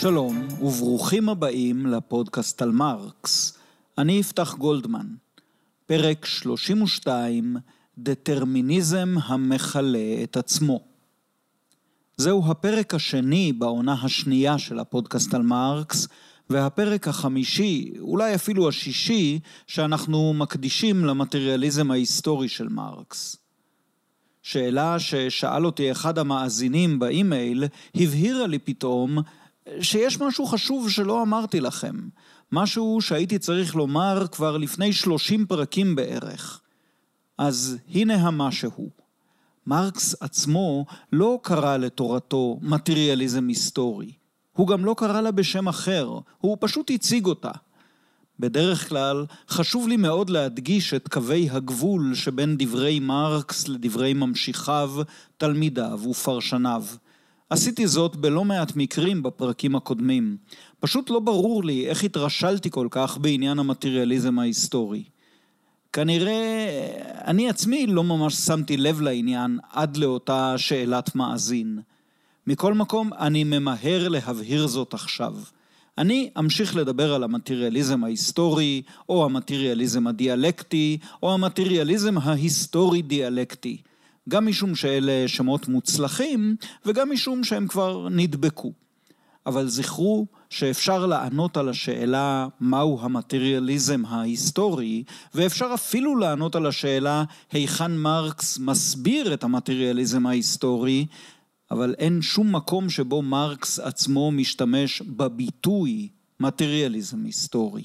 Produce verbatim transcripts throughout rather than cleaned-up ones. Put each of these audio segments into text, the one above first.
שלום וברוכים הבאים לפודקאסט על מרקס. אני יפתח גולדמן. פרק שלושים ושתיים, דטרמיניזם המכלה את עצמו. זהו הפרק השני בעונה השנייה של הפודקאסט על מרקס, והפרק החמישי, אולי אפילו השישי, שאנחנו מקדישים למטריאליזם ההיסטורי של מרקס. שאלה ששאל אותי אחד המאזינים באימייל, הבהירה לי פתאום שיש משהו חשוב שלא אמרתי לכם. משהו שהייתי צריך לומר כבר לפני שלושים פרקים בערך. אז הנה המשהו. מרקס עצמו לא קרא לתורתו מטריאליזם היסטורי. הוא גם לא קרא לה בשם אחר, הוא פשוט הציג אותה. בדרך כלל חשוב לי מאוד להדגיש את קווי הגבול שבין דברי מרקס לדברי ממשיכיו, תלמידיו ופרשניו. עשיתי זאת בלא מעט מקרים בפרקים הקודמים. פשוט לא ברור לי איך התרשלתי כל כך בעניין המטריאליזם ההיסטורי. כנראה אני עצמי לא ממש שמתי לב לעניין עד לאותה שאלת מאזין. מכל מקום אני ממהר להבהיר זאת עכשיו. אני אמשיך לדבר על המטריאליזם ההיסטורי, או המטריאליזם הדיאלקטי, או המטריאליזם ההיסטורי-דיאלקטי. גם משום שאלה שמות מוצלחים, וגם משום שהם כבר נדבקו. אבל זכרו שאפשר לענות על השאלה מהו המטריאליזם ההיסטורי, ואפשר אפילו לענות על השאלה היכן מרקס מסביר את המטריאליזם ההיסטורי, אבל אין שום מקום שבו מרקס עצמו משתמש בביטוי מטריאליזם היסטורי.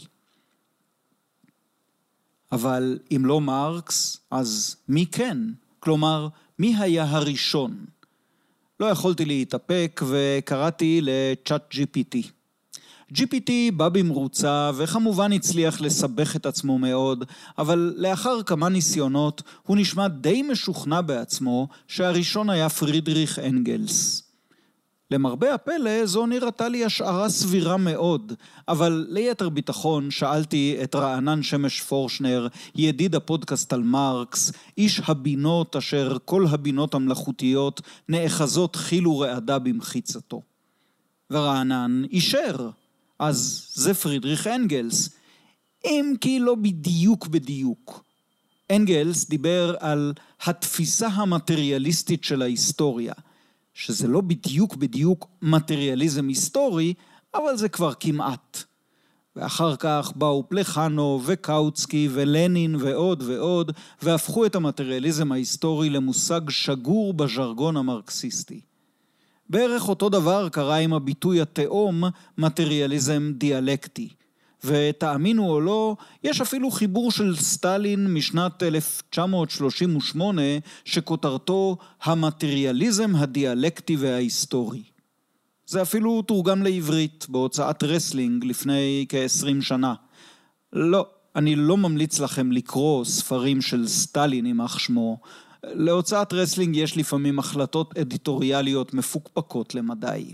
אבל אם לא מרקס, אז מי כן? כלומר, מי היה הראשון? לא יכולתי להתאפק וקראתי לצ'אט ג'י פי טי. ג'י פי טי בא במרוצה וכמובן הצליח לסבך את עצמו מאוד, אבל לאחר כמה ניסיונות הוא נשמע די משוכנע בעצמו שהראשון היה פרידריך אנגלס. למרבה הפלא זו נראתה לי השערה סבירה מאוד, אבל ליתר ביטחון שאלתי את רענן שמש פורשנר, ידיד הפודקאסט על מרקס, איש הבינות אשר כל הבינות המלאכותיות נאחזות חיל ורעדה במחיצתו. ורענן אישר, אז זה פרידריך אנגלס, אם כי לא בדיוק בדיוק. אנגלס דיבר על התפיסה המטריאליסטית של ההיסטוריה, שזה לא בדיוק בדיוק מטריאליזם היסטורי, אבל זה כבר כמעט. ואחר כך באו פלחנו וקאוצקי ולנין ועוד ועוד, והפכו את המטריאליזם ההיסטורי למושג שגור בז'רגון המרקסיסטי. בערך אותו דבר קרה עם הביטוי התאום מטריאליזם דיאלקטי. ותאמינו או לא, יש אפילו חיבור של סטלין משנת אלף תשע מאות שלושים ושמונה שכותרתו המטריאליזם הדיאלקטי וההיסטורי. זה אפילו תורגם לעברית בהוצאת רסלינג לפני כ-עשרים שנה. לא, אני לא ממליץ לכם לקרוא ספרים של סטלין יימח שמו. להוצאת רסלינג יש לפעמים החלטות אדיטוריאליות מפוקפקות למדי.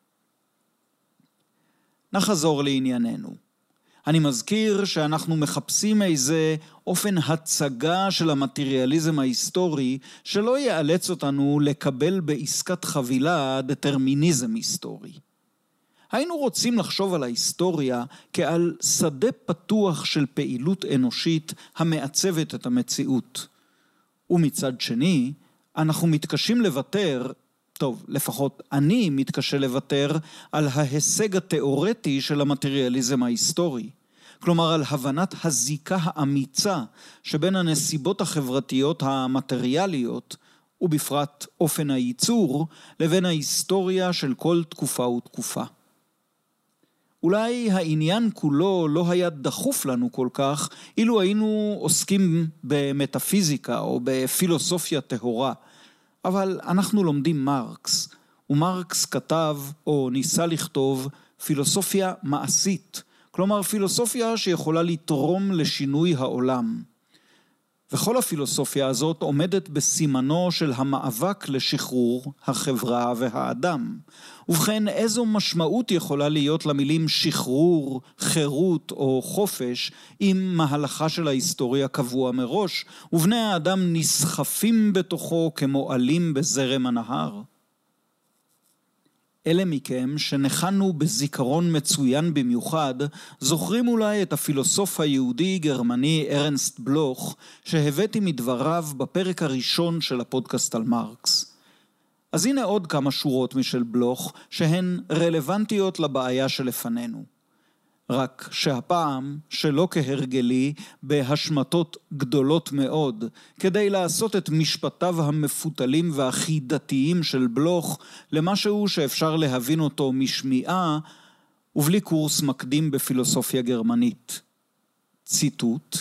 נחזור לענייננו. אני מזכיר שאנחנו מחפשים איזה אופן הצגה של המטריאליזם ההיסטורי שלא יאלץ אותנו לקבל בעסקת חבילה דטרמיניזם היסטורי. היינו רוצים לחשוב על ההיסטוריה כעל שדה פתוח של פעילות אנושית המעצבת את המציאות. ומצד שני, אנחנו מתקשים לוותר, טוב, לפחות אני מתקשה לוותר, על ההישג התיאורטי של המטריאליזם ההיסטורי. כלומר, על הבנת הזיקה האמיצה שבין הנסיבות החברתיות המטריאליות, ובפרט אופן הייצור, לבין ההיסטוריה של כל תקופה ותקופה. אולי העניין כולו לא היה דחוף לנו כל כך, אילו היינו עוסקים במטאפיזיקה או בפילוסופיה טהורה. אבל אנחנו לומדים מרקס, ומרקס כתב או ניסה לכתוב פילוסופיה מעשית, כלומר פילוסופיה שיכולה לתרום לשינוי העולם. וכל הפילוסופיה הזאת עומדת בסימנו של המאבק לשחרור החברה והאדם. ובכן, איזו משמעות יכולה להיות למילים שחרור, חירות או חופש, אם מהלכה של ההיסטוריה קבוע מראש, ובני האדם נסחפים בתוכו כמו עלים בזרם הנהר? אלה מכם שנחנו בזיכרון מצוין במיוחד, זוכרים אולי את הפילוסוף היהודי-גרמני ארנסט בלוך, שהבאתי מדבריו בפרק הראשון של הפודקאסט על מרקס. אז הנה עוד כמה שורות משל בלוך, שהן רלוונטיות לבעיה שלפנינו. רק שהפעם, שלא כהרגלי, בהשמטות גדולות מאוד, כדי לעשות את משפטיו המפותלים והחידתיים של בלוך למשהו שאפשר להבין אותו משמיעה, ובלי קורס מקדים בפילוסופיה גרמנית. ציטוט: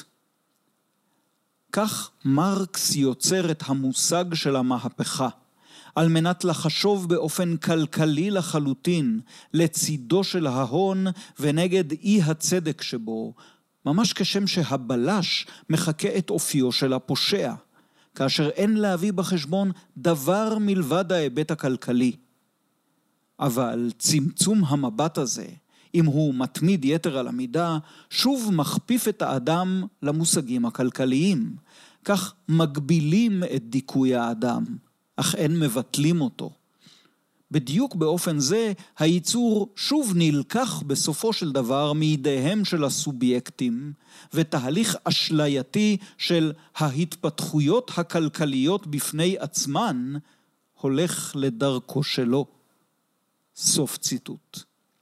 כך מרקס יוצר את המושג של המהפכה, על מנת לחשוב באופן כלכלי לחלוטין לצידו של ההון ונגד אי הצדק שבו, ממש כשם שהבלש מחכה את אופיו של הפושע, כאשר אין להביא בחשבון דבר מלבד ההיבט הכלכלי. אבל צמצום המבט הזה, אם הוא מתמיד יתר על המידה, שוב מכפיף את האדם למושגים הכלכליים, כך מגבילים את דיכוי האדם. אך אין מבטלים אותו. בדיוק באופן זה, הייצור שוב נלקח בסופו של דבר מידיהם של הסובייקטים, ותהליך אשלייתי של ההתפתחויות הכלכליות בפני עצמן, הולך לדרכו שלו. סוף ציטוט.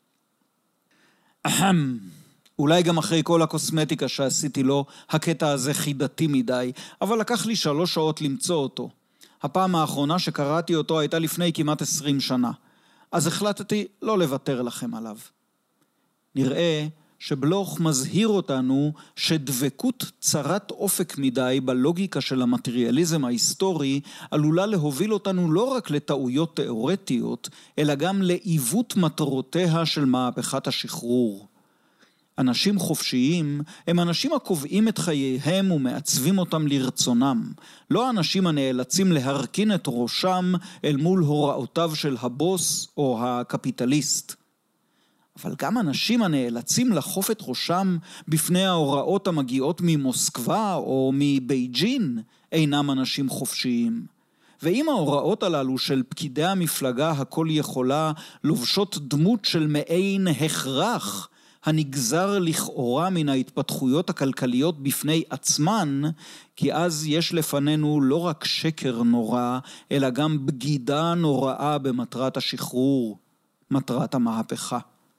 אהם. אולי גם אחרי כל הקוסמטיקה שעשיתי לו, הקטע הזה חידתי מדי, אבל לקח לי שלוש שעות למצוא אותו. הפעם האחרונה שקראתי אותו הייתה לפני כמעט עשרים שנה, אז החלטתי לא לוותר לכם עליו. נראה שבלוך מזהיר אותנו שדבקות צרת אופק מדי בלוגיקה של המטריאליזם ההיסטורי עלולה להוביל אותנו לא רק לטעויות תיאורטיות, אלא גם לעיוות מטרותיה של מהפכת השחרור. אנשים חופשיים הם אנשים הקובעים את חייהם ומעצבים אותם לרצונם, לא אנשים הנאלצים להרכין את ראשם אל מול הוראותיו של הבוס או הקפיטליסט. אבל גם אנשים הנאלצים לחוף את ראשם בפני ההוראות המגיעות ממוסקבה או מבייג'ין אינם אנשים חופשיים. ואם ההוראות הללו של פקידי המפלגה הכל יכולה לובשות דמות של מעין הכרח, הנגזר לכאורה מן ההתפתחויות הכלכליות בפני עצמן, כי אז יש לפנינו לא רק שקר נורא, אלא גם בגידה נוראה במטרת השחרור, מטרת המהפכה.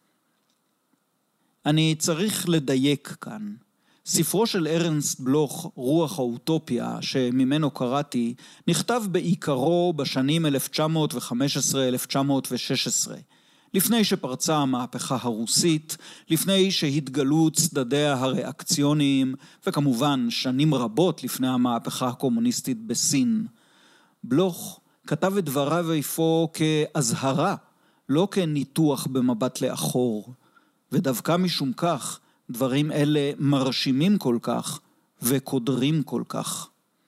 אני צריך לדייק כאן. ספרו של ארנסט בלוך, רוח האוטופיה, שממנו קראתי, נכתב בעיקרו בשנים אלף תשע מאות וחמש עשרה אלף תשע מאות ושש עשרה. לפני שפרצה המהפכה הרוסית, לפני שהתגלו צדדיה הריאקציוניים, וכמובן שנים רבות לפני המהפכה הקומוניסטית בסין. בלוך כתב את דבריו איפה כהזהרה, לא כניתוח במבט לאחור, ודווקא משום כך דברים אלה מרשימים כל כך וקודרים כל כך.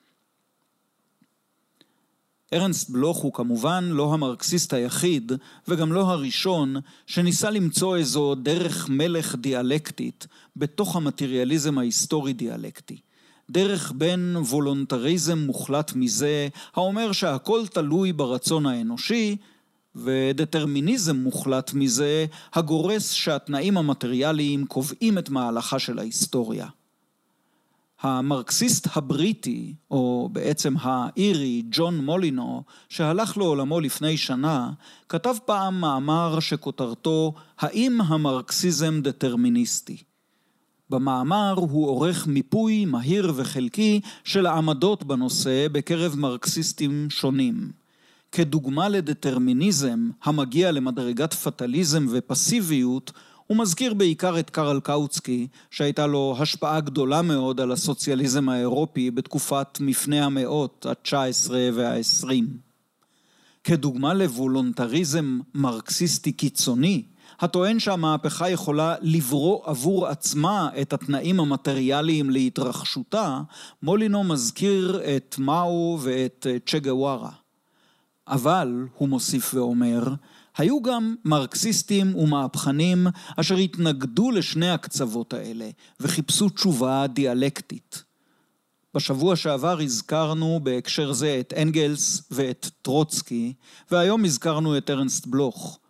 ארנסט בלוך הוא כמובן לא המרקסיסט היחיד וגם לא הראשון שניסה למצוא איזו דרך מלך דיאלקטית בתוך המטריאליזם ההיסטורי דיאלקטי. דרך בין וולונטריזם מוחלט מזה האומר שהכל תלוי ברצון האנושי, ודטרמיניזם מוחלט מזה הגורס שהתנאים המטריאליים קובעים את מהלכה של ההיסטוריה. המרקסיסט הבריטי, או בעצם האירי, ג'ון מולינו, שהלך לעולמו לפני שנה, כתב פעם מאמר שכותרתו "האם המרקסיזם דטרמיניסטי?" במאמר הוא עורך מיפוי מהיר וחלקי של העמדות בנושא בקרב מרקסיסטים שונים. כדוגמה לדטרמיניזם המגיע למדרגת פטליזם ופסיביות, הוא מזכיר בעיקר את קרל קאוצקי, שהייתה לו השפעה גדולה מאוד על הסוציאליזם האירופי בתקופת מפני המאות ה-תשע עשרה וה-עשרים. כדוגמה לוולונטריזם מרקסיסטי קיצוני, הטוען שהמהפכה יכולה לברוא עבור עצמה את התנאים המטריאליים להתרחשותה, מולינו מזכיר את מאו ואת צ'ה גווארה. אבל, הוא מוסיף ואומר, היו גם מרקסיסטים ומהפכנים אשר התנגדו לשני הקצוות האלה וחיפשו תשובה דיאלקטית. בשבוע שעבר הזכרנו בהקשר זה את אנגלס ואת טרוצקי, והיום הזכרנו את ארנסט בלוך.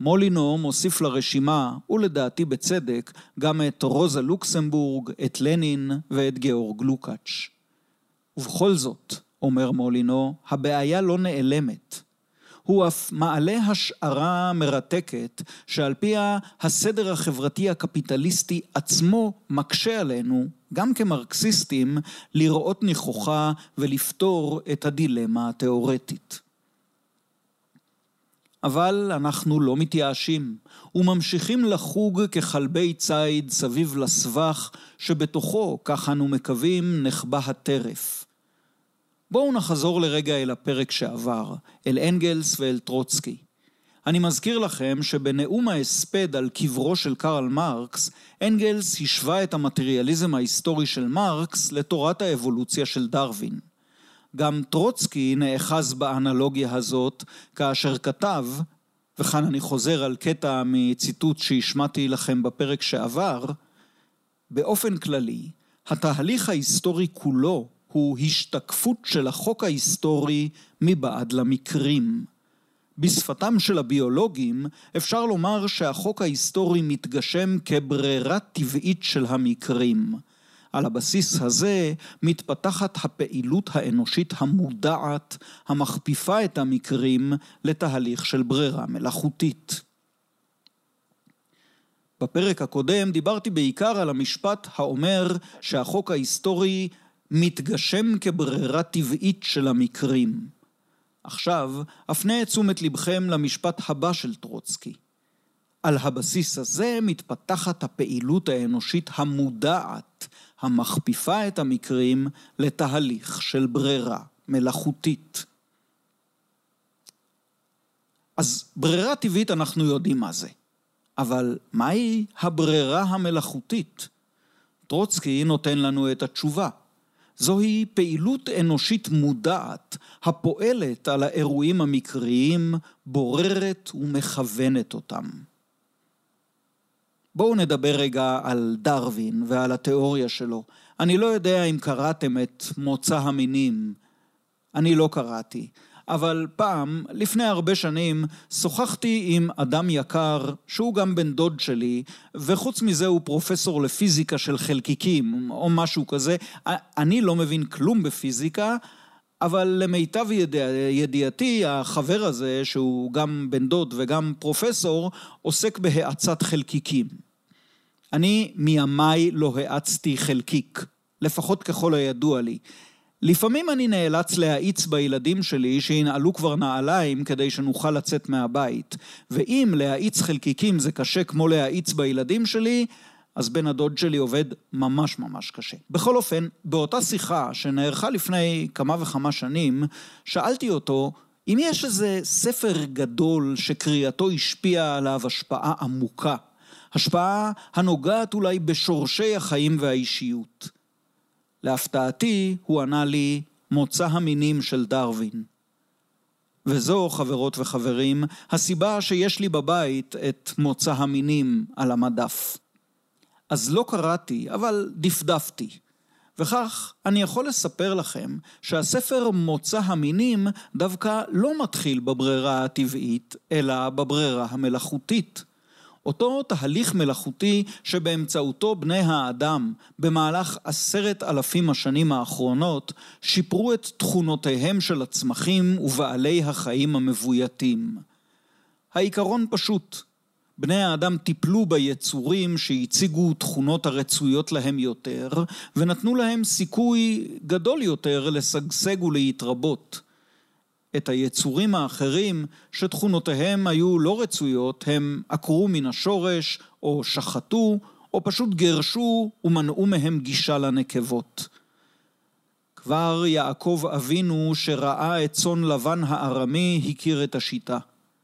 מולינו מוסיף לרשימה, ולדעתי בצדק, גם את רוזה לוקסמבורג, את לנין ואת גאורג לוקאץ'. ובכל זאת, אומר מולינו, הבעיה לא נעלמת. הוא אף מעלה השערה מרתקת שעל פיה הסדר החברתי הקפיטליסטי עצמו מקשה עלינו, גם כמרקסיסטים, לראות נכוחה ולפתור את הדילמה התיאורטית. אבל אנחנו לא מתייאשים וממשיכים לחוג כחלבי ציד סביב לסבך שבתוכו, כך אנו מקווים, נחבא הטרף. בואו נחזור לרגע אל הפרק שעבר, אל אנגלס ואל טרוצקי. אני מזכיר לכם שבנאום ההספד על קברו של קרל מרקס, אנגלס השווה את המטריאליזם ההיסטורי של מרקס לתורת האבולוציה של דרווין. גם טרוצקי נאחז באנלוגיה הזאת כאשר כתב, וכאן אני חוזר על קטע מציטוט שהשמעתי לכם בפרק שעבר, באופן כללי, התהליך ההיסטורי כולו הוא השתקפות של החוק ההיסטורי מבעד למקרים. בשפתם של הביולוגים אפשר לומר שהחוק ההיסטורי מתגשם כברירה טבעית של המקרים. על הבסיס הזה מתפתחת הפעילות האנושית המודעת, המכפיפה את המקרים לתהליך של ברירה מלאכותית. בפרק הקודם דיברתי בעיקר על המשפט האומר שהחוק ההיסטורי מתגשם כברירה טבעית של המקרים. עכשיו אפנה את תשומת לבכם למשפט הבא של טרוצקי. על הבסיס הזה מתפתחת הפעילות האנושית המודעת, המכפיפה את המקרים לתהליך של ברירה מלאכותית. אז ברירה טבעית אנחנו יודעים מה זה. אבל מהי הברירה המלאכותית? טרוצקי נותן לנו את התשובה. זוהי פעילות אנושית מודעת, הפועלת על האירועים המקריים, בוררת ומכוונת אותם. בואו נדבר רגע על דרווין ועל התיאוריה שלו. אני לא יודע אם קראתם את מוצא המינים. אני לא קראתי. אבל פעם, לפני הרבה שנים, שוחחתי עם אדם יקר, שהוא גם בן דוד שלי, וחוץ מזה הוא פרופסור לפיזיקה של חלקיקים, או משהו כזה. אני לא מבין כלום בפיזיקה, אבל למיטב ידיע, ידיעתי, החבר הזה, שהוא גם בן דוד וגם פרופסור, עוסק בהאצת חלקיקים. אני מימיי לא האצתי חלקיק, לפחות ככל הידוע לי. לפעמים אני נאלץ להאיץ בילדים שלי שינעלו כבר נעליים כדי שנוכל לצאת מהבית. ואם להאיץ חלקיקים זה קשה כמו להאיץ בילדים שלי, אז בן הדוד שלי עובד ממש ממש קשה. בכל אופן, באותה שיחה שנערכה לפני כמה וכמה שנים, שאלתי אותו אם יש איזה ספר גדול שקריאתו השפיעה עליו השפעה עמוקה. השפעה הנוגעת אולי בשורשי החיים והאישיות. להפתעתי הוא ענה לי מוצא המינים של דרווין. וזו, חברות וחברים, הסיבה שיש לי בבית את מוצא המינים על המדף. אז לא קראתי, אבל דפדפתי. וכך אני יכול לספר לכם שהספר מוצא המינים דווקא לא מתחיל בברירה הטבעית, אלא בברירה המלאכותית. אותו תהליך מלאכותי שבאמצעותו בני האדם במהלך עשרת אלפים השנים האחרונות שיפרו את תכונותיהם של הצמחים ובעלי החיים המבויתים. העיקרון פשוט, בני האדם טיפלו ביצורים שהציגו תכונות הרצויות להם יותר ונתנו להם סיכוי גדול יותר לשגשג ולהתרבות. את היצורים האחרים שתכונותיהם היו לא רצויות, הם עקרו מן השורש או שחטו או פשוט גרשו ומנעו מהם גישה לנקבות. כבר יעקב אבינו שראה את צאן לבן הארמי הכיר את השיטה.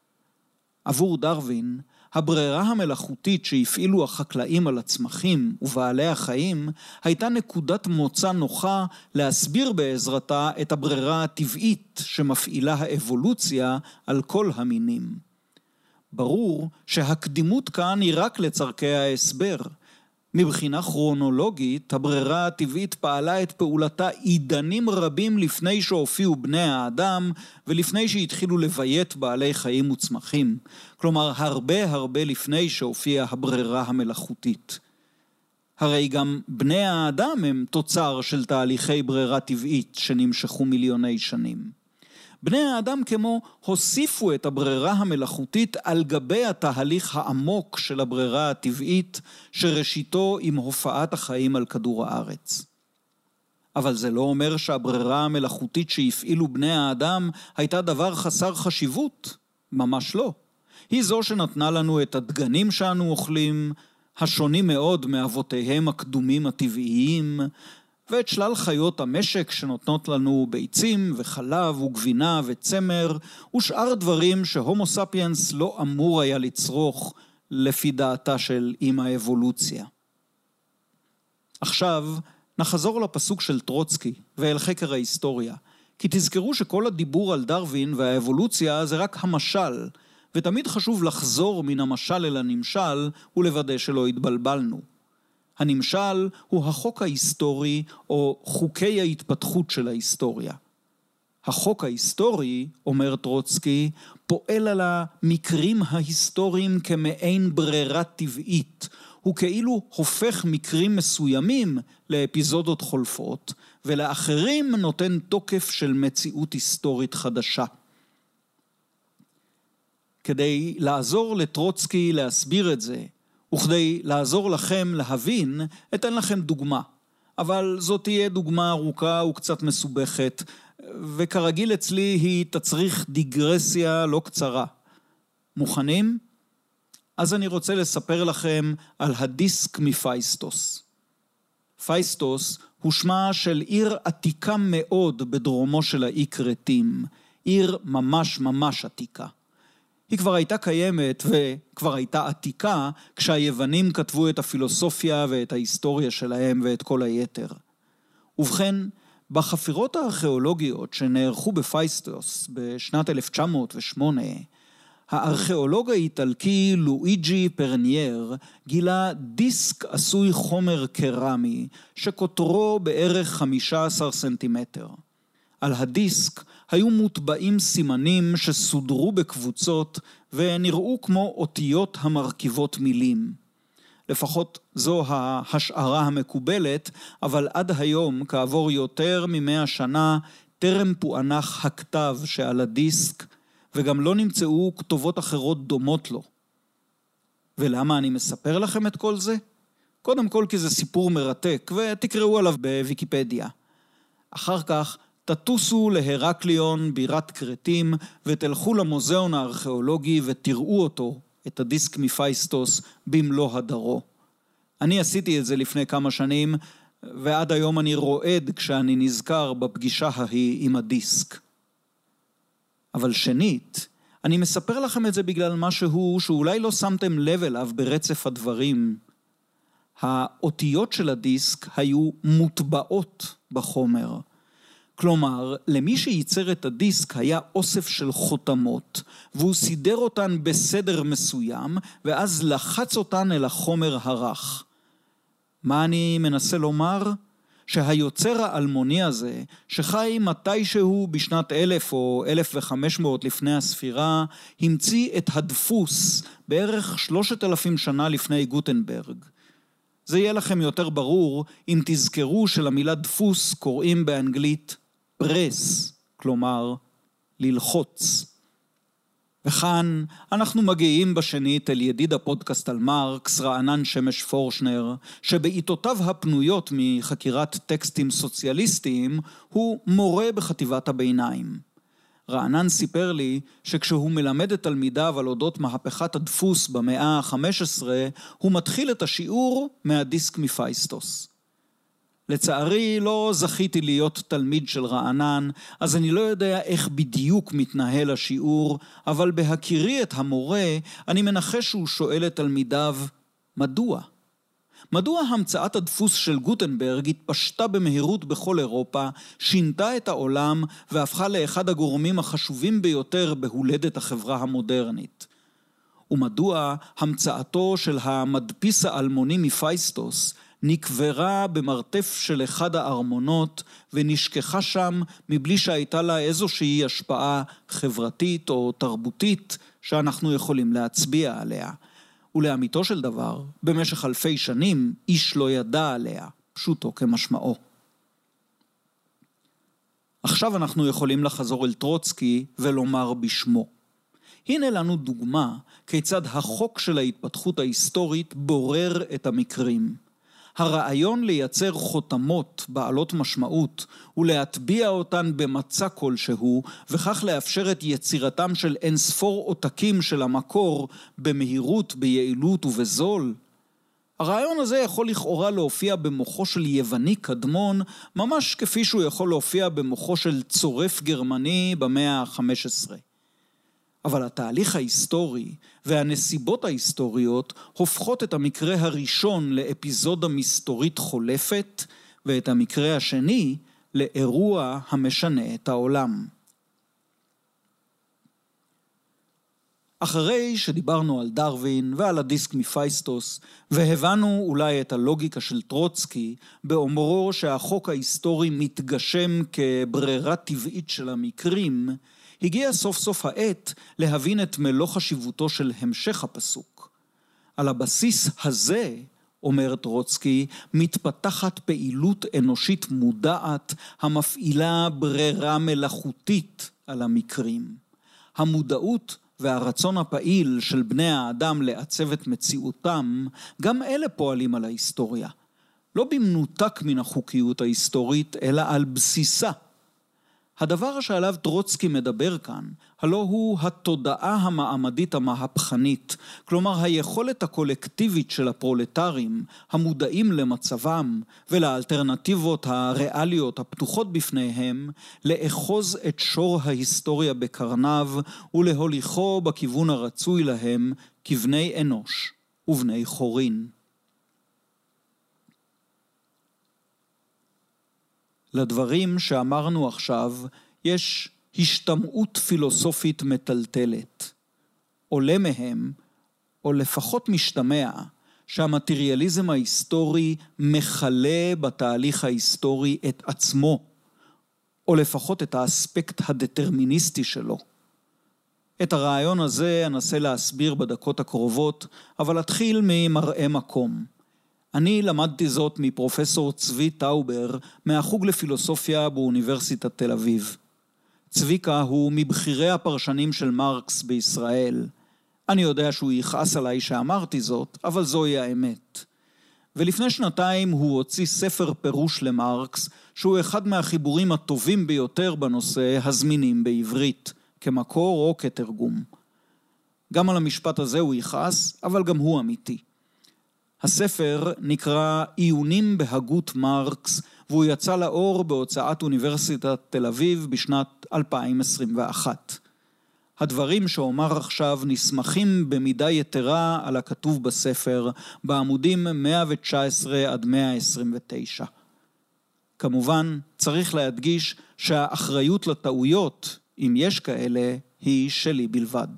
עבור דרווין, הברירה המלאכותית שהפעילו החקלאים על הצמחים ובעלי החיים הייתה נקודת מוצא נוחה להסביר בעזרתה את הברירה הטבעית שמפעילה האבולוציה על כל המינים. ברור שהקדימות כאן היא רק לצרכי ההסבר. מבחינה כרונולוגית, הברירה הטבעית פעלה את פעולתה עידנים רבים לפני שהופיעו בני האדם ולפני שהתחילו לביית בעלי חיים וצמחים. כלומר, הרבה הרבה לפני שהופיעה הברירה המלאכותית. הרי גם בני האדם הם תוצר של תהליכי ברירה טבעית שנמשכו מיליוני שנים. בני האדם כמו הוסיפו את הברירה המלאכותית על גבי התהליך העמוק של הברירה הטבעית שראשיתו עם הופעת החיים על כדור הארץ. אבל זה לא אומר שהברירה המלאכותית שהפעילו בני האדם הייתה דבר חסר חשיבות. ממש לא. היא זו שנתנה לנו את הדגנים שאנו אוכלים, השונים מאוד מאבותיהם הקדומים הטבעיים, ואת שלל חיות המשק שנותנות לנו ביצים וחלב וגבינה וצמר, ושאר דברים שהומו ספיאנס לא אמור היה לצרוך לפי דעתה של אמא האבולוציה. עכשיו נחזור לפסוק של טרוצקי ואל חקר ההיסטוריה, כי תזכרו שכל הדיבור על דרווין והאבולוציה זה רק המשל, ותמיד חשוב לחזור מן המשל אל הנמשל ולוודא שלא התבלבלנו. הנמשל הוא החוק ההיסטורי או חוקי ההתפתחות של ההיסטוריה. החוק ההיסטורי, אומר טרוצקי, פועל על המקרים ההיסטוריים כמעין ברירה טבעית. הוא כאילו הופך מקרים מסוימים לאפיזודות חולפות, ולאחרים נותן תוקף של מציאות היסטורית חדשה. כדי לעזור לטרוצקי להסביר את זה, וכדי לעזור לכם להבין, אתן לכם דוגמה. אבל זאת תהיה דוגמה ארוכה וקצת מסובכת, וכרגיל אצלי היא תצריך דיגרסיה לא קצרה. מוכנים? אז אני רוצה לספר לכם על הדיסק מפייסטוס. פייסטוס הוא שמה של עיר עתיקה מאוד בדרומו של האי קרטים, עיר ממש ממש עתיקה. היא כבר הייתה קיימת וכבר הייתה עתיקה כשהיוונים כתבו את הפילוסופיה ואת ההיסטוריה שלהם ואת כל היתר. ובכן, בחפירות הארכיאולוגיות שנערכו בפייסטוס בשנת אלף תשע מאות ושמונה, הארכיאולוג האיטלקי לואיג'י פרנייר גילה דיסק עשוי חומר קרמי שקוטרו בערך חמישה עשר סנטימטר. על הדיסק היו מוטבעים סימנים שסודרו בקבוצות ונראו כמו אותיות המרכיבות מילים. לפחות זו ההשערה המקובלת, אבל עד היום, כעבור יותר ממאה שנה, טרם פוענח הכתב שעל הדיסק, וגם לא נמצאו כתובות אחרות דומות לו. ולמה אני מספר לכם את כל זה? קודם כל כי זה סיפור מרתק, ותקראו עליו בוויקיפדיה. אחר כך, תטוסו להרקליון בירת קרטים ותלכו למוזיאון הארכיאולוגי ותראו אותו, את הדיסק מפייסטוס, במלוא הדרו. אני עשיתי את זה לפני כמה שנים, ועד היום אני רועד כשאני נזכר בפגישה ההיא עם הדיסק. אבל שנית, אני מספר לכם את זה בגלל משהו שאולי לא שמתם לב אליו ברצף הדברים. האותיות של הדיסק היו מוטבעות בחומר. כלומר, למי שייצר את הדיסק היה אוסף של חותמות, והוא סידר אותן בסדר מסוים, ואז לחץ אותן אל החומר הרך. מה אני מנסה לומר? שהיוצר האלמוני הזה, שחי מתישהו בשנת אלף או אלף וחמש מאות לפני הספירה, המציא את הדפוס בערך שלושת אלפים שנה לפני גוטנברג. זה יהיה לכם יותר ברור אם תזכרו שלמילה דפוס קוראים באנגלית פרס, כלומר ללחוץ. וכאן אנחנו מגיעים בשנית אל ידיד הפודקאסט על מרקס, רענן שמש פורשנר, שבעיתותיו הפנויות מחקירת טקסטים סוציאליסטיים, הוא מורה בחטיבת הביניים. רענן סיפר לי שכשהוא מלמד את תלמידיו על אודות מהפכת הדפוס במאה ה-חמש עשרה, הוא מתחיל את השיעור מהדיסק מפייסטוס. לצערי לא זכיתי להיות תלמיד של רענן, אז אני לא יודע איך בדיוק מתנהל השיעור, אבל בהכירי את המורה, אני מנחש שהוא שואל את תלמידיו, מדוע? מדוע המצאת הדפוס של גוטנברג התפשטה במהירות בכל אירופה, שינתה את העולם והפכה לאחד הגורמים החשובים ביותר בהולדת החברה המודרנית? ומדוע המצאתו של המדפיס האלמוני מפייסטוס נקברה במרתף של אחד הארמונות ונשכחה שם מבלי שהייתה לה איזושהי השפעה חברתית או תרבותית שאנחנו יכולים להצביע עליה. ולאמיתו של דבר, במשך אלפי שנים איש לא ידע עליה, פשוטו כמשמעו. עכשיו אנחנו יכולים לחזור אל טרוצקי ולומר בשמו. הנה לנו דוגמה כיצד החוק של ההתפתחות ההיסטורית בורר את המקרים. הרעיון לייצר חותמות בעלות משמעות ולהטביע אותן במצע כלשהו, וכך לאפשר את יצירתם של אינספור עותקים של המקור במהירות, ביעילות ובזול. הרעיון הזה יכול לכאורה להופיע במוחו של יווני קדמון, ממש כפי שהוא יכול להופיע במוחו של צורף גרמני במאה ה-חמש עשרה. אבל התהליך ההיסטורי והנסיבות ההיסטוריות הופכות את המקרה הראשון לאפיזודה מסתורית חולפת, ואת המקרה השני לאירוע המשנה את העולם. אחרי שדיברנו על דרווין ועל הדיסק מפייסטוס, והבנו אולי את הלוגיקה של טרוצקי, באומרו שהחוק ההיסטורי מתגשם כברירה טבעית של המקרים, הגיע סוף סוף העת להבין את מלוא חשיבותו של המשך הפסוק. על הבסיס הזה, אומר טרוצקי, מתפתחת פעילות אנושית מודעת המפעילה ברירה מלאכותית על המקרים. המודעות והרצון הפעיל של בני האדם לעצב את מציאותם, גם אלה פועלים על ההיסטוריה. לא במנותק מן החוקיות ההיסטורית, אלא על בסיסה. הדבר שעליו טרוצקי מדבר כאן, הלא הוא התודעה המעמדית המהפכנית, כלומר היכולת הקולקטיבית של הפרולטרים, המודעים למצבם ולאלטרנטיבות הריאליות הפתוחות בפניהם, לאחוז את שור ההיסטוריה בקרניו ולהוליכו בכיוון הרצוי להם כבני אנוש ובני חורין. לדברים שאמרנו עכשיו יש השתמעות פילוסופית מטלטלת. עולה מהם, או לפחות משתמע, שהמטריאליזם ההיסטורי מחלה בתהליך ההיסטורי את עצמו, או לפחות את האספקט הדטרמיניסטי שלו. את הרעיון הזה אנסה להסביר בדקות הקרובות, אבל אתחיל ממראה מקום. אני למדתי זאת מפרופסור צבי טאובר מהחוג לפילוסופיה באוניברסיטת תל אביב. צביקה הוא מבחירי הפרשנים של מרקס בישראל. אני יודע שהוא יכעס עליי שאמרתי זאת, אבל זוהי האמת. ולפני שנתיים הוא הוציא ספר פירוש למרקס, שהוא אחד מהחיבורים הטובים ביותר בנושא הזמינים בעברית, כמקור או כתרגום. גם על המשפט הזה הוא יכעס, אבל גם הוא אמיתי. הספר נקרא עיונים בהגות מרקס, והוא יצא לאור בהוצאת אוניברסיטת תל אביב בשנת אלפיים עשרים ואחת. הדברים שאומר עכשיו נסמכים במידה יתרה על הכתוב בספר, בעמודים מאה תשע עשרה עד מאה עשרים ותשע. כמובן, צריך להדגיש שהאחריות לטעויות, אם יש כאלה, היא שלי בלבד.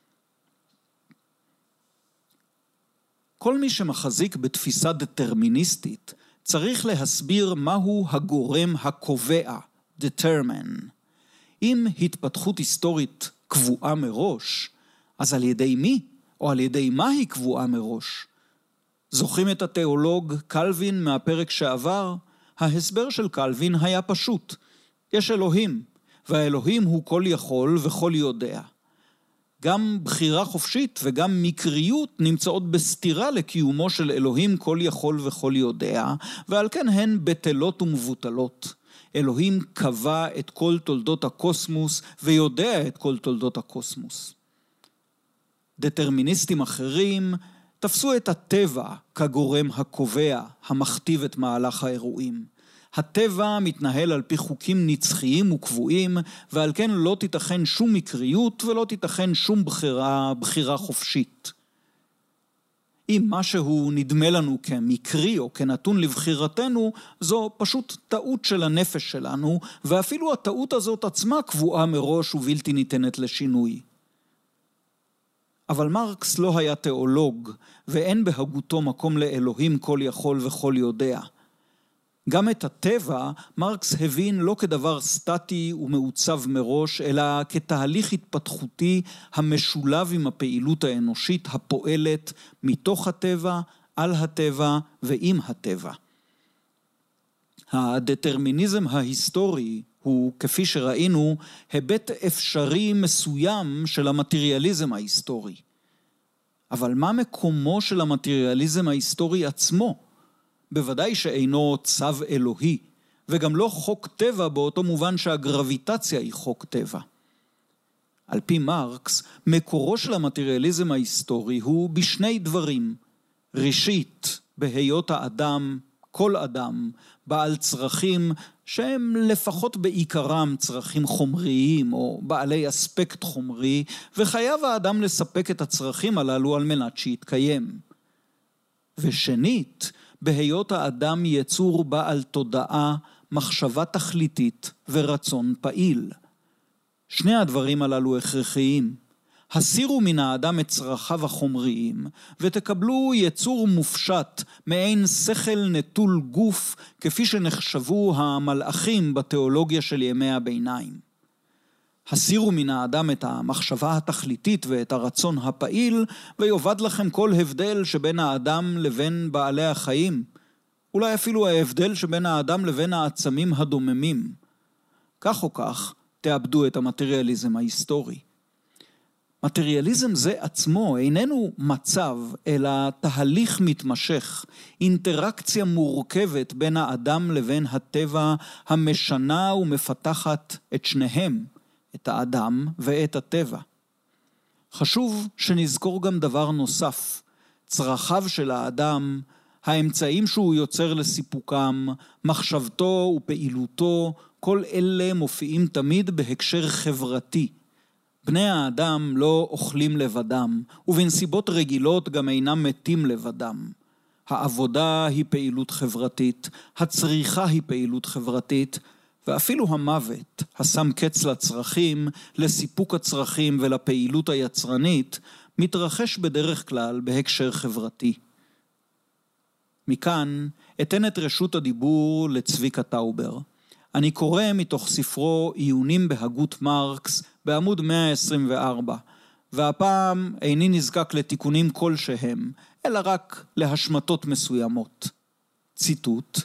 כל מי שמחזיק בתפיסה דטרמיניסטית צריך להסביר מהו הגורם הקובע, determine. אם התפתחות היסטורית קבועה מראש, אז על ידי מי או על ידי מה היא קבועה מראש? זוכרים את התיאולוג קלווין מהפרק שעבר? ההסבר של קלווין היה פשוט. יש אלוהים, והאלוהים הוא כל יכול וכל יודע. גם בחירה חופשית וגם מקריות נמצאות בסתירה לקיומו של אלוהים כל יכול וכל יודע, ועל כן הן בטלות ומבוטלות. אלוהים קבע את כל תולדות הקוסמוס ויודע את כל תולדות הקוסמוס. דטרמיניסטים אחרים תפסו את הטבע כגורם הקובע, המכתיב את מהלך האירועים. הטבע מתנהל על פי חוקים נצחיים וקבועים, ועל כן לא תיתכן שום מקריות ולא תיתכן שום בחירה, בחירה חופשית. אם משהו נדמה לנו כמקרי או כנתון לבחירתנו, זו פשוט טעות של הנפש שלנו, ואפילו הטעות הזאת עצמה קבועה מראש ובלתי ניתנת לשינוי. אבל מרקס לא היה תיאולוג, ואין בהגותו מקום לאלוהים כל יכול וכל יודע. גם את הטבע מרקס הבין לא כדבר סטטי ומעוצב מראש, אלא כתהליך התפתחותי המשולב עם הפעילות האנושית הפועלת מתוך הטבע, על הטבע ועם הטבע. הדטרמיניזם ההיסטורי הוא, כפי שראינו, היבט אפשרי מסוים של המטריאליזם ההיסטורי. אבל מה מקומו של המטריאליזם ההיסטורי עצמו? בוודאי שאינו צו אלוהי, וגם לא חוק טבע באותו מובן שהגרביטציה היא חוק טבע. על פי מרקס, מקורו של המטריאליזם ההיסטורי הוא בשני דברים. ראשית, בהיות האדם, כל אדם, בעל צרכים שהם לפחות בעיקרם צרכים חומריים או בעלי אספקט חומרי, וחייב האדם לספק את הצרכים הללו על מנת שיתקיים. ושנית, בהיות האדם יצור בעל תודעה, מחשבה תכליתית ורצון פעיל. שני הדברים הללו הכרחיים. הסירו מן האדם את צרכיו החומריים, ותקבלו יצור מופשט, מעין שכל נטול גוף, כפי שנחשבו המלאכים בתיאולוגיה של ימי הביניים. הסירו מן האדם את המחשבה התכליתית ואת הרצון הפעיל, ויובד לכם כל הבדל שבין האדם לבין בעלי החיים, אולי אפילו ההבדל שבין האדם לבין העצמים הדוממים. כך או כך, תאבדו את המטריאליזם ההיסטורי. מטריאליזם זה עצמו איננו מצב, אלא תהליך מתמשך, אינטראקציה מורכבת בין האדם לבין הטבע, המשנה ומפתחת את שניהם, את האדם ואת הטבע. חשוב שנזכור גם דבר נוסף, צרכיו של האדם, האמצעים שהוא יוצר לסיפוקם, מחשבתו ופעילותו, כל אלה מופיעים תמיד בהקשר חברתי. בני האדם לא אוכלים לבדם, ובנסיבות רגילות גם אינם מתים לבדם. העבודה היא פעילות חברתית, הצריכה היא פעילות חברתית, ואפילו המוות, השם קץ לצרכים, לסיפוק הצרכים ולפעילות היצרנית, מתרחש בדרך כלל בהקשר חברתי. מכאן אתן את רשות הדיבור לצביקה טאובר. אני קורא מתוך ספרו עיונים בהגות מרקס בעמוד מאה עשרים וארבע, והפעם איני נזקק לתיקונים כלשהם, אלא רק להשמטות מסוימות. ציטוט: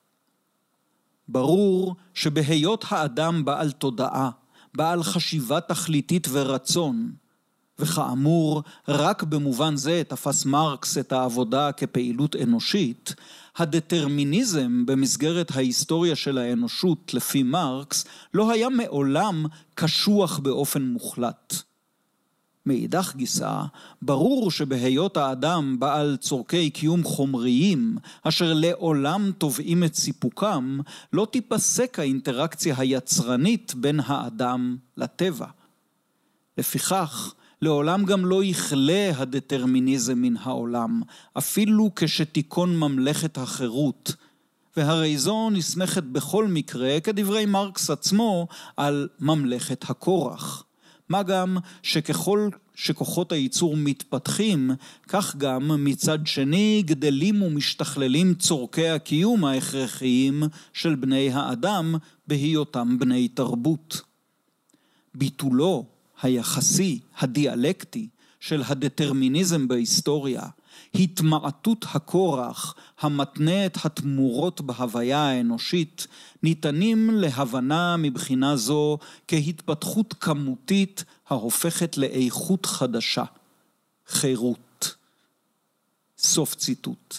ברור שבהיות האדם בעל תודעה, בעל חשיבה תכליתית ורצון, וכאמור, רק במובן זה תפס מרקס את העבודה כפעילות אנושית, הדטרמיניזם במסגרת ההיסטוריה של האנושות לפי מרקס לא היה מעולם קשוח באופן מוחלט. מאידך גיסא, ברור שבהיות האדם בעל צורכי קיום חומריים, אשר לעולם תובעים את סיפוקם, לא תיפסק האינטראקציה היצרנית בין האדם לטבע. לפיכך, לעולם גם לא יכלה הדטרמיניזם מן העולם, אפילו כשתיקון ממלכת החירות, והרי זו נסמכת בכל מקרה, כדברי מרקס עצמו, על ממלכת הכורח. מה גם שככל שכוחות הייצור מתפתחים, כך גם מצד שני גדלים ומשתכללים צורכי הקיום ההכרחיים של בני האדם בהיותם בני תרבות. ביטולו היחסי, הדיאלקטי של הדטרמיניזם בהיסטוריה, התמעטות הכורח המתנה את התמורות בהוויה האנושית, ניתנים להבנה מבחינה זו כהתפתחות כמותית ההופכת לאיכות חדשה, חירות. סוף ציטוט.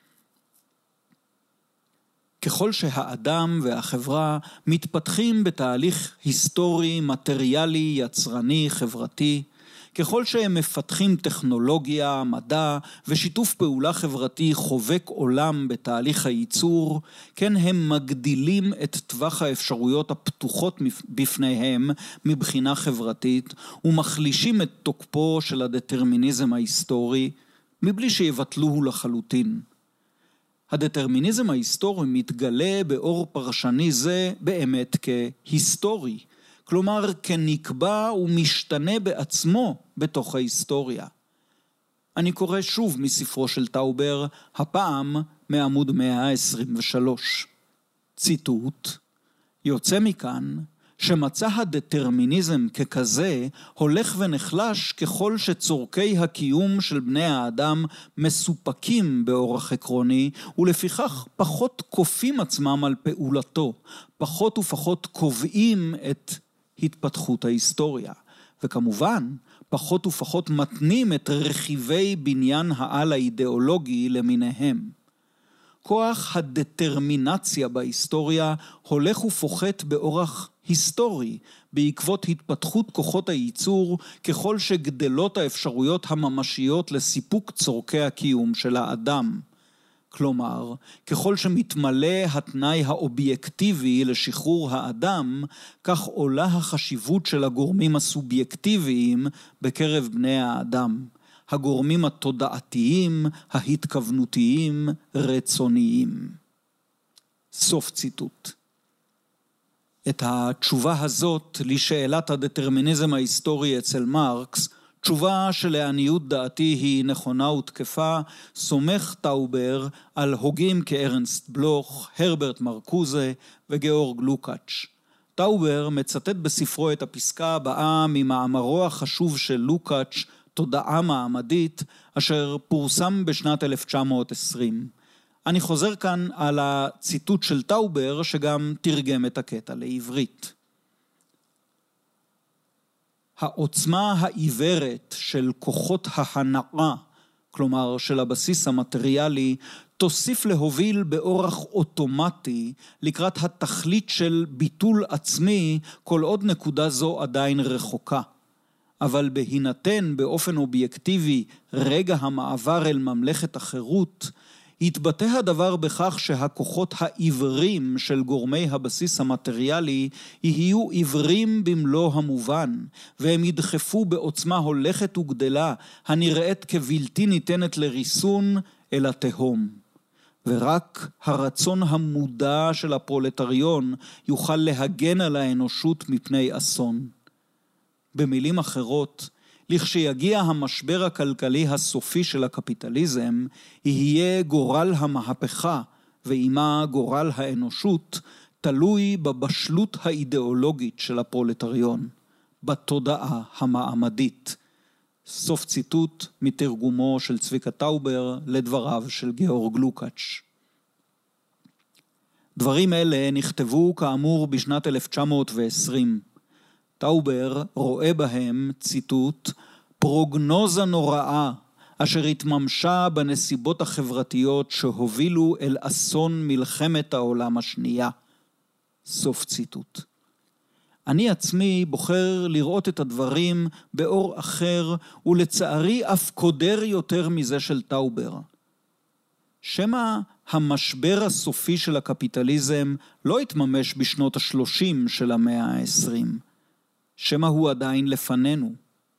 ככל שהאדם והחברה מתפתחים בתהליך היסטורי, מטריאלי, יצרני, חברתי, ככל שהם מפתחים טכנולוגיה, מדע ושיתוף פעולה חברתי חובק עולם בתהליך הייצור, כן הם מגדילים את טווח האפשרויות הפתוחות בפניהם מבחינה חברתית, ומחלישים את תוקפו של הדטרמיניזם ההיסטורי, מבלי שיבטלוהו לחלוטין. הדטרמיניזם ההיסטורי מתגלה באור פרשני זה באמת כהיסטורי, כלומר כנקבע ומשתנה בעצמו בתוך ההיסטוריה. אני קורא שוב מספרו של טאובר, הפעם מעמוד מאה עשרים ושלוש. ציטוט: יוצא מכאן שמצא הדטרמיניזם ככזה הולך ונחלש ככל שצורכי הקיום של בני האדם מסופקים באורח עקרוני, ולפיכך פחות כופים עצמם על פעולתו, פחות ופחות קובעים את התפתחות ההיסטוריה, וכמובן פחות ופחות מתנים את רכיבי בניין העל האידיאולוגי למיניהם. כוח הדטרמינציה בהיסטוריה הולך ופוחת באורח היסטורי בעקבות התפתחות כוחות הייצור, ככל שגדלות האפשרויות הממשיות לסיפוק צורכי הקיום של האדם. כלומר, ככל שמתמלא התנאי האובייקטיבי לשחרור האדם, כך עולה החשיבות של הגורמים הסובייקטיביים בקרב בני האדם. הגורמים התודעתיים, ההתכוונותיים, רצוניים. סוף ציטוט. את התשובה הזאת לשאלת הדטרמיניזם ההיסטורי אצל מרקס, תשובה שלעניות דעתי היא נכונה ותקפה, סומך טאובר על הוגים כארנסט בלוך, הרברט מרקוזה וגיאורג לוקאץ'. טאובר מצטט בספרו את הפסקה הבאה ממאמרו החשוב של לוקאץ', תודעה מעמדית, אשר פורסם בשנת אלף תשע מאות עשרים. אני חוזר כאן על הציטוט של טאובר, שגם תרגם את הקטע לעברית. העוצמה העיוורת של כוחות ההנאה, כלומר של הבסיס המטריאלי, תוסיף להוביל באורח אוטומטי לקראת התכלית של ביטול עצמי, כל עוד נקודה זו עדיין רחוקה. אבל בהינתן באופן אובייקטיבי רגע המעבר אל ממלכת החירות, יתבטא הדבר בכך שהכוחות העיוורים של גורמי הבסיס המטריאלי יהיו עיוורים במלוא המובן, והם ידחפו בעוצמה הולכת וגדלה, הנראית כבלתי ניתנת לריסון אל התהום. ורק הרצון המודע של הפרולטריון יוכל להגן על האנושות מפני אסון. במילים אחרות, לכשיגיע המשבר הכלכלי הסופי של הקפיטליזם, יהיה גורל המהפכה ועימה גורל האנושות תלוי בבשלות האידיאולוגית של הפרולטריון, בתודעה המעמדית. סוף ציטוט מתרגומו של צביקה טאובר לדבריו של גיאורג לוקאץ'. דברים אלה נכתבו כאמור בשנת אלף תשע מאות ועשרים. טאובר רואה בהם, ציטוט, פרוגנוזה נוראה, אשר התממשה בנסיבות החברתיות שהובילו אל אסון מלחמת העולם השנייה. סוף ציטוט. אני עצמי בוחר לראות את הדברים באור אחר, ולצערי אף קודר יותר מזה של טאובר. שמא המשבר הסופי של הקפיטליזם לא התממש בשנות השלושים של המאה העשרים. שמא הוא עדיין לפנינו.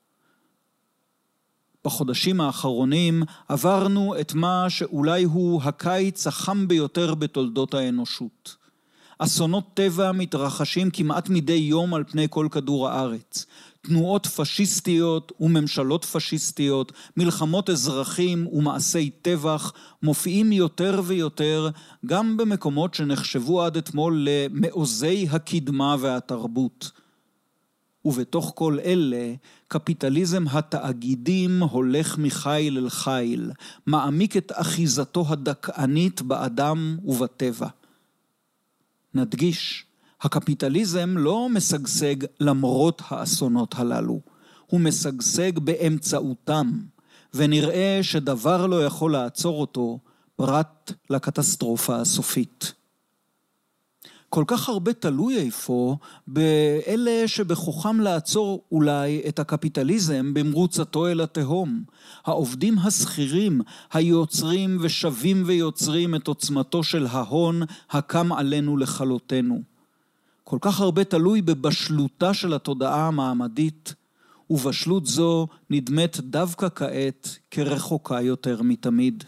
בחודשים האחרונים עברנו את מה שאולי הוא הקיץ החם ביותר בתולדות האנושות. אסונות טבע מתרחשים כמעט מדי יום על פני כל כדור הארץ. תנועות פשיסטיות וממשלות פשיסטיות, מלחמות אזרחים ומעשי טבח מופיעים יותר ויותר גם במקומות שנחשבו עד אתמול למעוזי הקדמה והתרבות. ובתוך כל אלה, קפיטליזם התאגידים הולך מחיל אל חיל, מעמיק את אחיזתו הדכאנית באדם ובטבע. נדגיש, הקפיטליזם לא משגשג למרות האסונות הללו, הוא משגשג באמצעותם, ונראה שדבר לא יכול לעצור אותו פרט לקטסטרופה הסופית. כל כך הרבה תלוי איפה באלה שבכוחם לעצור אולי את הקפיטליזם במרוצתו אל התהום. העובדים השכירים, היוצרים ושווים ויוצרים את עוצמתו של ההון הקם עלינו לכלותנו. כל כך הרבה תלוי בבשלותה של התודעה המעמדית, ובשלות זו נדמת דווקא כעת כרחוקה יותר מתמיד.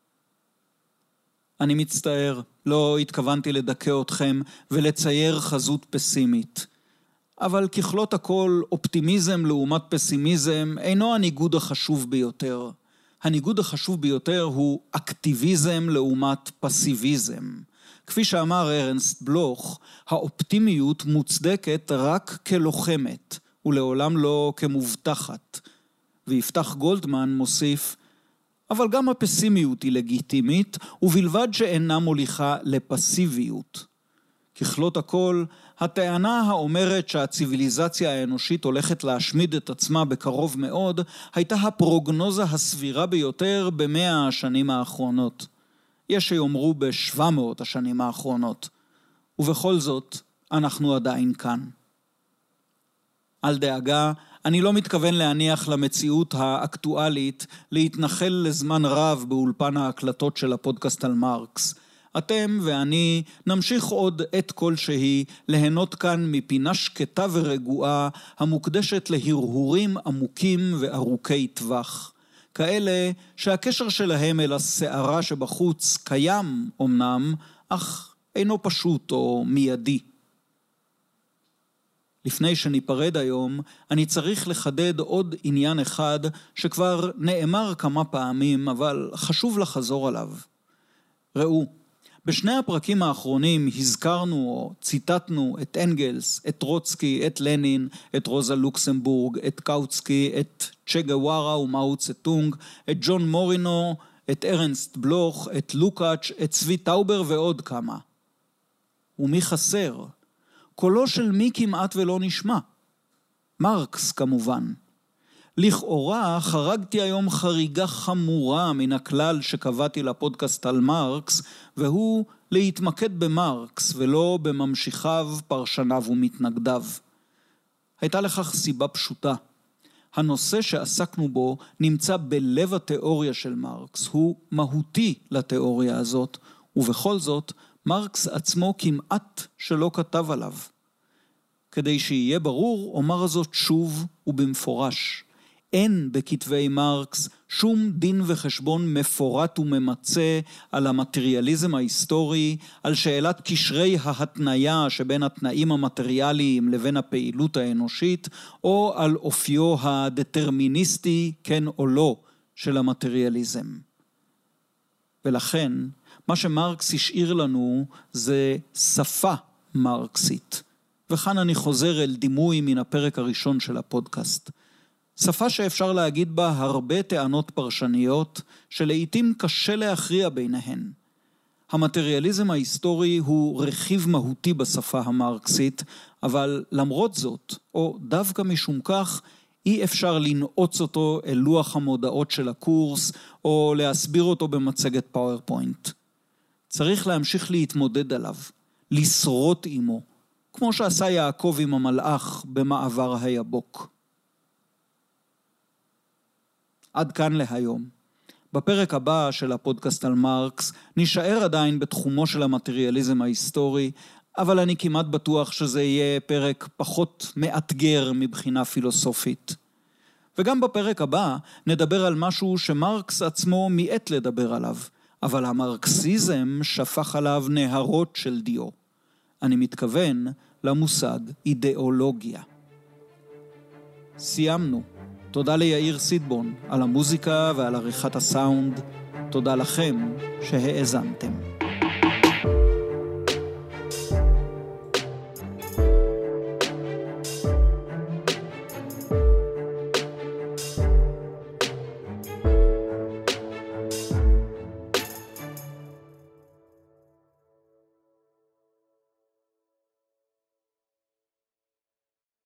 אני מצטער, לא התכוונתי לדכא אתכם ולצייר חזות פסימית. אבל ככלות הכל, אופטימיזם לעומת פסימיזם אינו הניגוד החשוב ביותר. הניגוד החשוב ביותר הוא אקטיביזם לעומת פסיביזם. כפי שאמר ארנסט בלוך, האופטימיות מוצדקת רק כלוחמת, ולעולם לא כמובטחת. ויפתח גולדמן מוסיף, אבל גם הפסימיות היא לגיטימית, ובלבד שאינה מוליכה לפסיביות. ככלות הכל, הטענה האומרת שהציביליזציה האנושית הולכת להשמיד את עצמה בקרוב מאוד, הייתה הפרוגנוזה הסבירה ביותר במאה השנים האחרונות. יש שיאמרו בשבע מאות השנים האחרונות. ובכל זאת, אנחנו עדיין כאן. אל דאגה, אני לא מתכוון להניח למציאות האקטואלית להתנחל לזמן רב באולפן ההקלטות של הפודקאסט על מרקס. אתם ואני נמשיך עוד עת כלשהי ליהנות כאן מפינה שקטה ורגועה המוקדשת להרהורים עמוקים וארוכי טווח. כאלה שהקשר שלהם אל הסערה שבחוץ קיים אמנם, אך אינו פשוט או מיידי. לפני שניפרד היום, אני צריך לחדד עוד עניין אחד שכבר נאמר כמה פעמים, אבל חשוב לחזור עליו. ראו, בשני הפרקים האחרונים הזכרנו או ציטטנו את אנגלס, את טרוצקי, את לנין, את רוזה לוקסמבורג, את קאוצקי, את צ'ה גווארה ומאו צטונג, את ג'ון מורינו, את ארנסט בלוך, את לוקאץ', את צבי טאובר ועוד כמה. ומי חסר? קולו של מי כמעט ולא נשמע? מרקס כמובן. לכאורה חרגתי היום חריגה חמורה מן הכלל שקבעתי לפודקאסט על מרקס, והוא להתמקד במרקס ולא בממשיכיו, פרשניו ומתנגדיו. הייתה לכך סיבה פשוטה. הנושא שעסקנו בו נמצא בלב התיאוריה של מרקס, הוא מהותי לתיאוריה הזאת, ובכל זאת מרקס עצמו כמעט שלא כתב עליו. כדי שיהיה ברור, אומר זאת שוב ובמפורש. אין בכתבי מרקס שום דין וחשבון מפורט וממצא על המטריאליזם ההיסטורי, על שאלת קשרי ההתניה שבין התנאים המטריאליים לבין הפעילות האנושית, או על אופיו הדטרמיניסטי, כן או לא, של המטריאליזם. ולכן, מה שמרקס השאיר לנו זה שפה מרקסית. וכאן אני חוזר אל דימוי מן הפרק הראשון של הפודקאסט. שפה שאפשר להגיד בה הרבה טענות פרשניות, שלעיתים קשה להכריע ביניהן. המטריאליזם ההיסטורי הוא רכיב מהותי בשפה המרקסית, אבל למרות זאת, או דווקא משום כך, אי אפשר לנעוץ אותו אל לוח המודעות של הקורס, או להסביר אותו במצגת פאורפוינט. צריך להמשיך להתמודד עליו, לשרוט עמו, כמו שעשה יעקב עם המלאך במעבר היבוק. עד כאן להיום. בפרק הבא של הפודקאסט על מרקס נשאר עדיין בתחומו של המטריאליזם ההיסטורי, אבל אני כמעט בטוח שזה יהיה פרק פחות מאתגר מבחינה פילוסופית. וגם בפרק הבא נדבר על משהו שמרקס עצמו מיעט לדבר עליו, אבל המרקסיזם שפך עליו נהרות של דיו. אני מתכוון למושג אידיאולוגיה. סיימנו. תודה ליאיר סידבון על המוזיקה ועל עריכת הסאונד. תודה לכם שהאזנתם.